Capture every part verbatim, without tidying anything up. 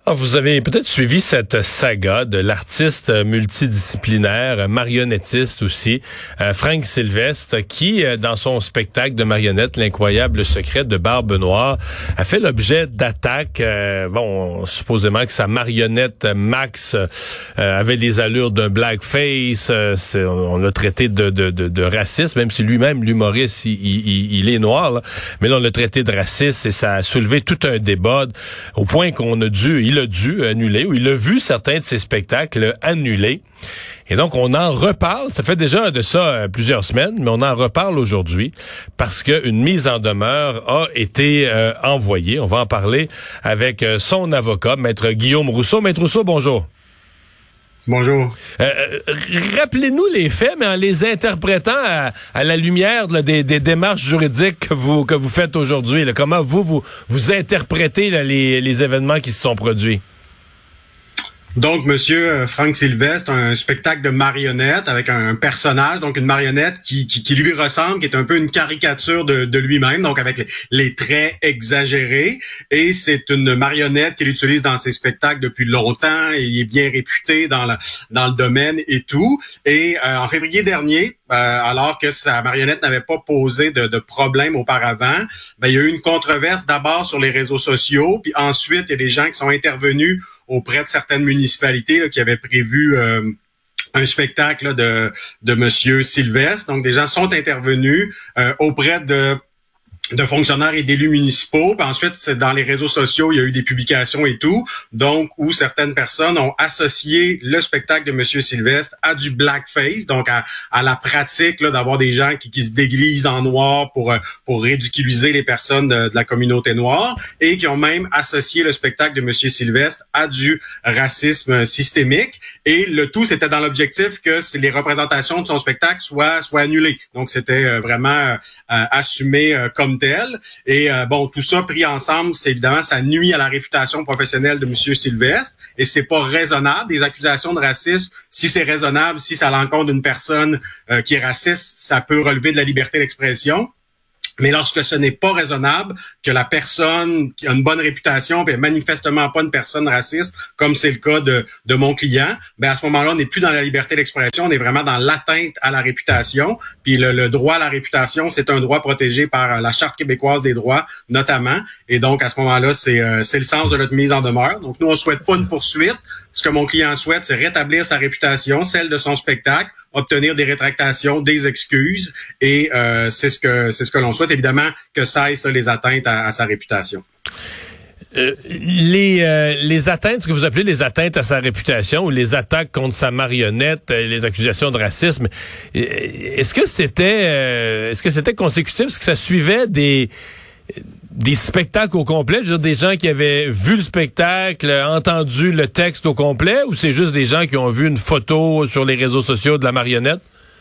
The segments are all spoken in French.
Ah, vous avez peut-être suivi cette saga de l'artiste multidisciplinaire, marionnettiste aussi, euh, Frank Sylvestre, qui, euh, dans son spectacle de marionnettes, L'incroyable secret de Barbe Noire, a fait l'objet d'attaques. Euh, bon, supposément que sa marionnette Max euh, avait des allures d'un blackface. Euh, c'est, on l'a traité de, de, de, de raciste, même si lui-même, l'humoriste, il, il, il est noir. Là. Mais là, on l'a traité de raciste et ça a soulevé tout un débat au point qu'on a dû... Il a dû annuler, ou il a vu certains de ses spectacles annulés. Et donc, on en reparle. Ça fait déjà de ça euh, plusieurs semaines, mais on en reparle aujourd'hui parce qu'une mise en demeure a été euh, envoyée. On va en parler avec euh, son avocat, Maître Guillaume Rousseau. Maître Rousseau, bonjour. Bonjour. Euh, rappelez-nous les faits, mais en les interprétant à, à la lumière là, des, des démarches juridiques que vous que vous faites aujourd'hui. Là. Comment vous, vous, vous interprétez là, les, les événements qui se sont produits? Donc, Monsieur Frank Sylvestre, un spectacle de marionnettes avec un personnage, donc une marionnette qui, qui, qui lui ressemble, qui est un peu une caricature de, de lui-même, donc avec les, les traits exagérés. Et c'est une marionnette qu'il utilise dans ses spectacles depuis longtemps. Et il est bien réputé dans, la, dans le domaine et tout. Et euh, en février dernier, euh, alors que sa marionnette n'avait pas posé de, de problème auparavant, ben, il y a eu une controverse d'abord sur les réseaux sociaux, puis ensuite il y a des gens qui sont intervenus auprès de certaines municipalités là, qui avaient prévu euh, un spectacle là, de de Monsieur Sylvestre. Donc, des gens sont intervenus euh, auprès de de fonctionnaires et d'élus municipaux. Puis ensuite, c'est dans les réseaux sociaux, il y a eu des publications et tout, donc où certaines personnes ont associé le spectacle de Monsieur Sylvestre à du blackface, donc à, à la pratique là, d'avoir des gens qui, qui se déguisent en noir pour pour ridiculiser les personnes de, de la communauté noire, et qui ont même associé le spectacle de Monsieur Sylvestre à du racisme systémique. Et le tout, c'était dans l'objectif que les représentations de son spectacle soient soient annulées. Donc, c'était vraiment euh, assumé euh, comme tel. Et euh, bon, tout ça pris ensemble, c'est évidemment, ça nuit à la réputation professionnelle de Monsieur Sylvestre. Et c'est pas raisonnable. Des accusations de racisme, si c'est raisonnable, si c'est à l'encontre d'une personne euh, qui est raciste, ça peut relever de la liberté d'expression. Mais lorsque ce n'est pas raisonnable, que la personne qui a une bonne réputation, ben manifestement pas une personne raciste, comme c'est le cas de, de mon client, ben à ce moment-là, on n'est plus dans la liberté d'expression, on est vraiment dans l'atteinte à la réputation. Puis le, le droit à la réputation, c'est un droit protégé par la Charte québécoise des droits, notamment. Et donc, à ce moment-là, c'est, euh, c'est le sens de notre mise en demeure. Donc, nous, on souhaite pas une poursuite. Ce que mon client souhaite, c'est rétablir sa réputation, celle de son spectacle, obtenir des rétractations, des excuses, et euh, c'est ce que c'est ce que l'on souhaite, évidemment, que cessent là, les atteintes à, à sa réputation. Euh, les euh, les atteintes, ce que vous appelez les atteintes à sa réputation ou les attaques contre sa marionnette, euh, les accusations de racisme, euh, est-ce que c'était euh, est-ce que c'était consécutif, est-ce que ça suivait des des spectacles au complet, je veux dire des gens qui avaient vu le spectacle, entendu le texte au complet, ou c'est juste des gens qui ont vu une photo sur les réseaux sociaux de la marionnette?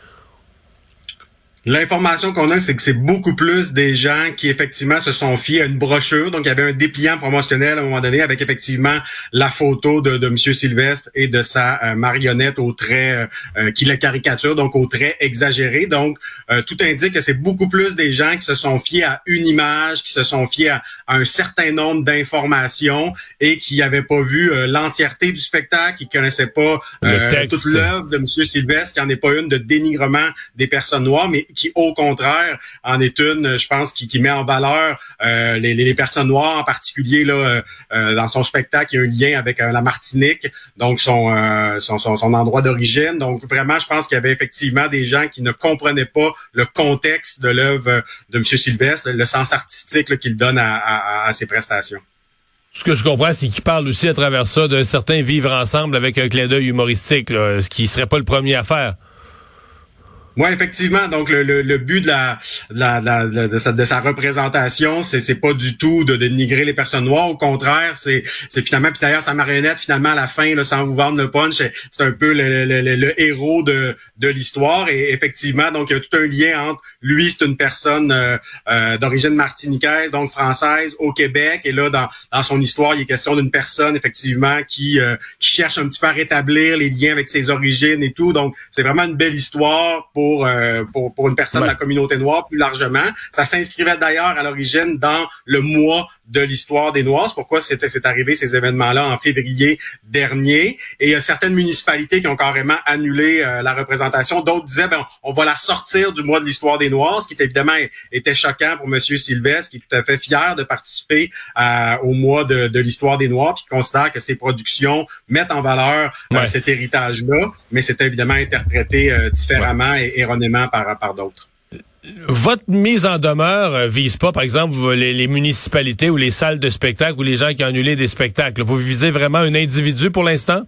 L'information qu'on a, c'est que c'est beaucoup plus des gens qui, effectivement, se sont fiés à une brochure. Donc, il y avait un dépliant promotionnel à un moment donné avec, effectivement, la photo de, de M. Sylvestre et de sa euh, marionnette aux traits euh, qui la caricature, donc aux traits exagérés. Donc, euh, tout indique que c'est beaucoup plus des gens qui se sont fiés à une image, qui se sont fiés à, à un certain nombre d'informations et qui n'avaient pas vu euh, l'entièreté du spectacle, qui connaissaient pas euh, toute l'œuvre de M. Sylvestre, qui n'en est pas une de dénigrement des personnes noires, mais qui, au contraire, en est une, je pense, qui, qui met en valeur euh, les, les personnes noires, en particulier là euh, dans son spectacle, il y a un lien avec euh, la Martinique, donc son, euh, son, son, son endroit d'origine. Donc, vraiment, je pense qu'il y avait effectivement des gens qui ne comprenaient pas le contexte de l'œuvre de M. Sylvestre, le, le sens artistique là, qu'il donne à, à, à ses prestations. Ce que je comprends, c'est qu'il parle aussi à travers ça d'un certain vivre ensemble avec un clin d'œil humoristique, là, ce qui serait pas le premier à faire. Oui, effectivement. Donc, le, le, le but de la, de, la, de, la, de, sa, de sa représentation, c'est, c'est pas du tout de, de dénigrer les personnes noires. Au contraire, c'est, c'est finalement, puis d'ailleurs, sa marionnette, finalement, à la fin, là, sans vous vendre le punch, c'est, c'est un peu le, le, le, le héros de, de l'histoire. Et effectivement, donc, il y a tout un lien entre lui, c'est une personne euh, euh, d'origine martiniquaise, donc française, au Québec. Et là, dans, dans son histoire, il est question d'une personne, effectivement, qui, euh, qui cherche un petit peu à rétablir les liens avec ses origines et tout. Donc, c'est vraiment une belle histoire pour Pour, euh, pour, pour une personne ouais. de la communauté noire plus largement. Ça s'inscrivait d'ailleurs à l'origine dans le mois de l'histoire des Noirs. C'est pourquoi c'est, c'est arrivé ces événements-là en février dernier. Et il y a certaines municipalités qui ont carrément annulé euh, la représentation. D'autres disaient, ben, on va la sortir du mois de l'histoire des Noirs, ce qui évidemment était choquant pour M. Sylvestre, qui est tout à fait fier de participer euh, au mois de, de l'histoire des Noirs, puis qui considère que ses productions mettent en valeur euh, ouais. cet héritage-là, mais c'est évidemment interprété euh, différemment ouais. et erronément par, par d'autres. Votre mise en demeure euh, vise pas, par exemple, les, les municipalités ou les salles de spectacle ou les gens qui ont annulé des spectacles. Vous visez vraiment un individu pour l'instant?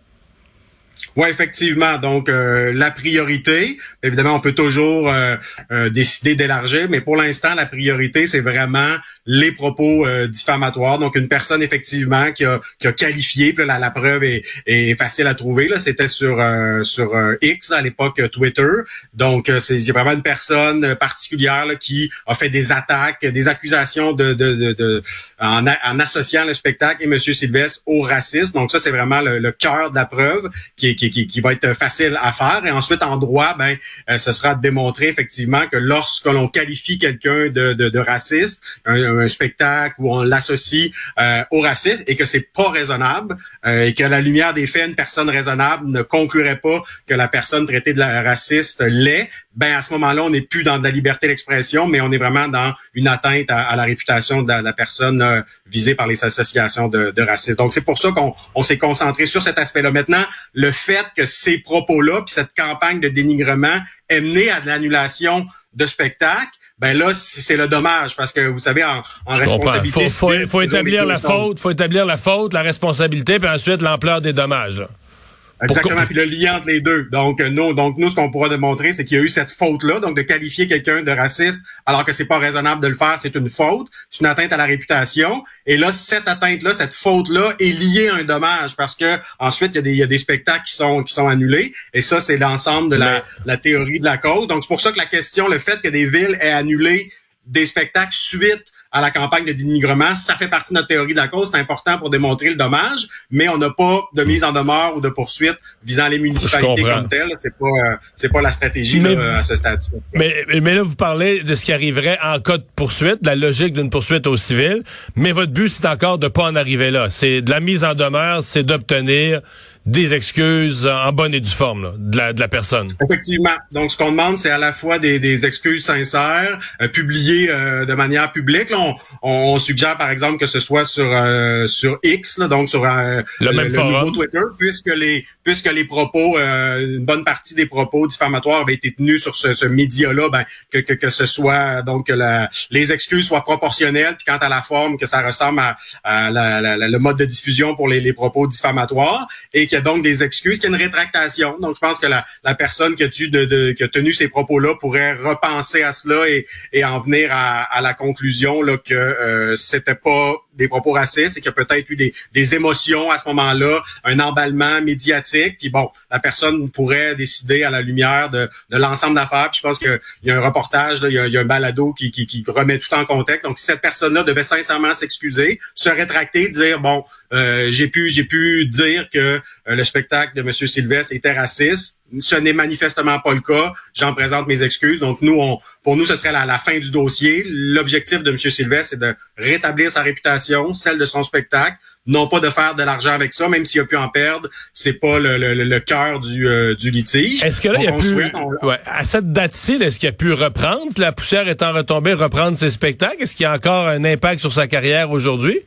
Oui, effectivement. Donc, euh, la priorité, évidemment, on peut toujours euh, euh, décider d'élargir, mais pour l'instant, la priorité, c'est vraiment les propos euh, diffamatoires. Donc, une personne, effectivement, qui a, qui a qualifié, puis là, la, la preuve est, est facile à trouver. Là, c'était sur euh, sur euh, X, là, à l'époque Twitter. Donc, euh, c'est, c'est vraiment une personne particulière là, qui a fait des attaques, des accusations de, de, de, de en, en associant le spectacle et M. Sylvestre au racisme. Donc, ça, c'est vraiment le, le cœur de la preuve qui, qui, qui, qui va être facile à faire. Et ensuite, en droit, ben, euh, ce sera de démontrer effectivement que lorsque l'on qualifie quelqu'un de, de, de raciste, un, un spectacle où on l'associe euh, au racisme et que c'est pas raisonnable euh, et qu'à la lumière des faits, une personne raisonnable ne conclurait pas que la personne traitée de la raciste l'est, ben à ce moment-là, on n'est plus dans de la liberté d'expression, mais on est vraiment dans une atteinte à, à la réputation de la, de la personne euh, visée par les associations de, de racistes. Donc, c'est pour ça qu'on on s'est concentré sur cet aspect-là. Maintenant, le fait que ces propos-là, puis cette campagne de dénigrement est menée à de l'annulation de spectacles, ben là, c'est le dommage, parce que vous savez, en, en responsabilité... Il faut, faut, faut établir la faute, faut établir la faute, la responsabilité, puis ensuite l'ampleur des dommages. Exactement, puis le lien entre les deux. Donc nous, donc nous, ce qu'on pourra démontrer, c'est qu'il y a eu cette faute-là, donc de qualifier quelqu'un de raciste alors que c'est pas raisonnable de le faire, c'est une faute, c'est une atteinte à la réputation. Et là, cette atteinte-là, cette faute-là est liée à un dommage, parce que ensuite il y a des, il y a des spectacles qui sont qui sont annulés. Et ça, c'est l'ensemble de la, la théorie de la cause. Donc c'est pour ça que la question, le fait que des villes aient annulé des spectacles suite à la campagne de dénigrement, ça fait partie de notre théorie de la cause, c'est important pour démontrer le dommage, mais on n'a pas de mise en demeure ou de poursuite visant les municipalités comme telles. C'est pas euh, c'est pas la stratégie mais, là, à ce stade-ci. Mais, mais là, vous parlez de ce qui arriverait en cas de poursuite, de la logique d'une poursuite au civil, mais votre but, c'est encore de pas en arriver là. C'est de la mise en demeure, c'est d'obtenir des excuses en bonne et due forme là, de, la, de la personne. Effectivement. Donc, ce qu'on demande, c'est à la fois des, des excuses sincères, euh, publiées euh, de manière publique. Là, on, on suggère, par exemple, que ce soit sur euh, sur X, là, donc sur euh, le, le, même le nouveau Twitter, puisque les puisque les propos, euh, une bonne partie des propos diffamatoires avaient été tenus sur ce, ce média-là, ben que, que que ce soit donc que la, les excuses soient proportionnelles, puis quant à la forme, que ça ressemble à, à la, la, la, le mode de diffusion pour les, les propos diffamatoires, et qu'il y a donc des excuses, qu'il y a une rétractation. Donc, je pense que la, la personne qui a, tu, de, de, qui a tenu ces propos-là pourrait repenser à cela et, et en venir à, à la conclusion là que euh, c'était pas des propos racistes et qu'il y a peut-être eu des, des émotions à ce moment-là, un emballement médiatique. Puis bon, la personne pourrait décider à la lumière de, de l'ensemble d'affaires. Puis je pense qu'il y a un reportage, là, il, y a, il y a un balado qui, qui, qui remet tout en contexte. Donc, si cette personne-là devait sincèrement s'excuser, se rétracter, dire bon, euh, j'ai pu, j'ai pu dire que euh, le spectacle de M. Sylvestre était raciste. Ce n'est manifestement pas le cas. J'en présente mes excuses. Donc, nous, on, pour nous, ce serait la, la fin du dossier. L'objectif de M. Sylvestre, c'est de rétablir sa réputation, celle de son spectacle, non pas de faire de l'argent avec ça, même s'il a pu en perdre. C'est pas le, le, le cœur du, euh, du litige. Est-ce que là, il a pu, souhaite, on... ouais, à cette date-ci, est-ce qu'il a pu reprendre, la poussière étant retombée, reprendre ses spectacles? Est-ce qu'il y a encore un impact sur sa carrière aujourd'hui?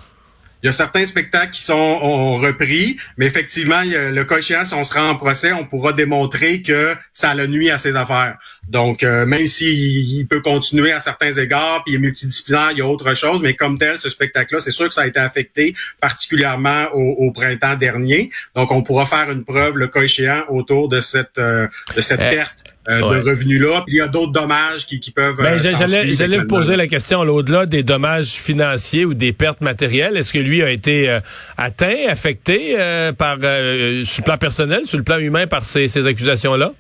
Il y a certains spectacles qui sont ont repris, mais effectivement, il y a, le cas échéant, si on se rend en procès, on pourra démontrer que ça a nuit à ses affaires. Donc, euh, même s'il il peut continuer à certains égards, puis il est multidisciplinaire, il y a autre chose, mais comme tel, ce spectacle-là, c'est sûr que ça a été affecté, particulièrement au, au printemps dernier. Donc, on pourra faire une preuve, le cas échéant, autour de cette euh, de cette euh, perte. Euh, ouais. de revenus-là, puis il y a d'autres dommages qui, qui peuvent... Ben, euh, j'allais j'allais vous poser la question, là, au-delà des dommages financiers ou des pertes matérielles, est-ce que lui a été euh, atteint, affecté euh, par euh, sur le plan personnel, sur le plan humain par ces, ces accusations-là?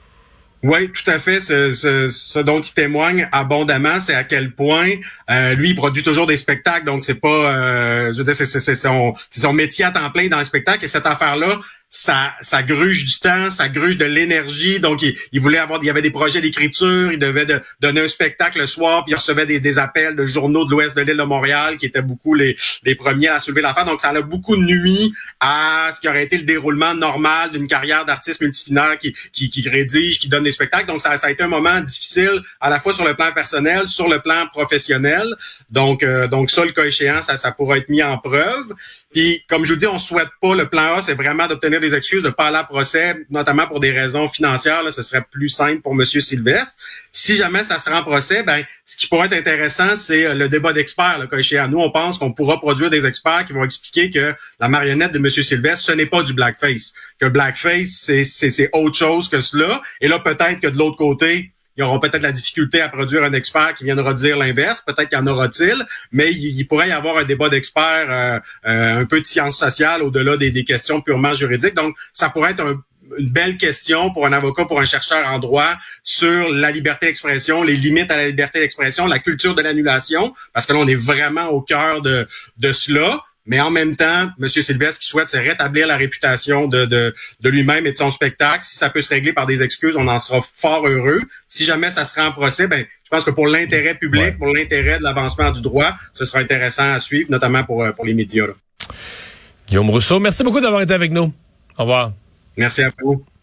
Oui, tout à fait. Ce, ce, ce dont il témoigne abondamment, c'est à quel point euh, lui, il produit toujours des spectacles, donc c'est pas... Euh, je veux dire, c'est, c'est, c'est, son, c'est son métier à temps plein dans le spectacle, et cette affaire-là, ça, ça gruge du temps, ça gruge de l'énergie. Donc, il, il voulait avoir, il y avait des projets d'écriture, il devait de, donner un spectacle le soir, puis il recevait des, des appels de journaux de l'ouest de l'île de Montréal, qui étaient beaucoup les, les premiers à soulever l'affaire. Donc, ça a beaucoup nuit à ce qui aurait été le déroulement normal d'une carrière d'artiste multidisciplinaire qui, qui, qui rédige, qui donne des spectacles. Donc, ça, ça a été un moment difficile, à la fois sur le plan personnel, sur le plan professionnel. Donc, euh, donc ça, le cas échéant, ça, ça pourra être mis en preuve. Puis, comme je vous dis, on souhaite pas, le plan A, c'est vraiment d'obtenir des excuses, de pas aller à procès, notamment pour des raisons financières. Là, ce serait plus simple pour Monsieur Sylvestre. Si jamais ça se rend procès, ben, ce qui pourrait être intéressant, c'est le débat d'experts, le cas échéant. Nous, on pense qu'on pourra produire des experts qui vont expliquer que la marionnette de Monsieur Sylvestre, ce n'est pas du blackface. Que blackface, c'est, c'est, c'est autre chose que cela. Et là, peut-être que de l'autre côté, ils auront peut-être la difficulté à produire un expert qui viendra dire l'inverse. Peut-être qu'il y en aura-t-il, mais il, il pourrait y avoir un débat d'experts, euh, euh, un peu de sciences sociales au-delà des, des questions purement juridiques. Donc, ça pourrait être un, une belle question pour un avocat, pour un chercheur en droit sur la liberté d'expression, les limites à la liberté d'expression, la culture de l'annulation, parce que là, on est vraiment au cœur de, de cela. Mais en même temps, M. Sylvestre qui souhaite, c'est rétablir la réputation de, de, de lui-même et de son spectacle. Si ça peut se régler par des excuses, on en sera fort heureux. Si jamais ça sera en procès, ben, je pense que pour l'intérêt public, ouais. pour l'intérêt de l'avancement du droit, ce sera intéressant à suivre, notamment pour, pour les médias. Là. Guillaume Rousseau, merci beaucoup d'avoir été avec nous. Au revoir. Merci à vous.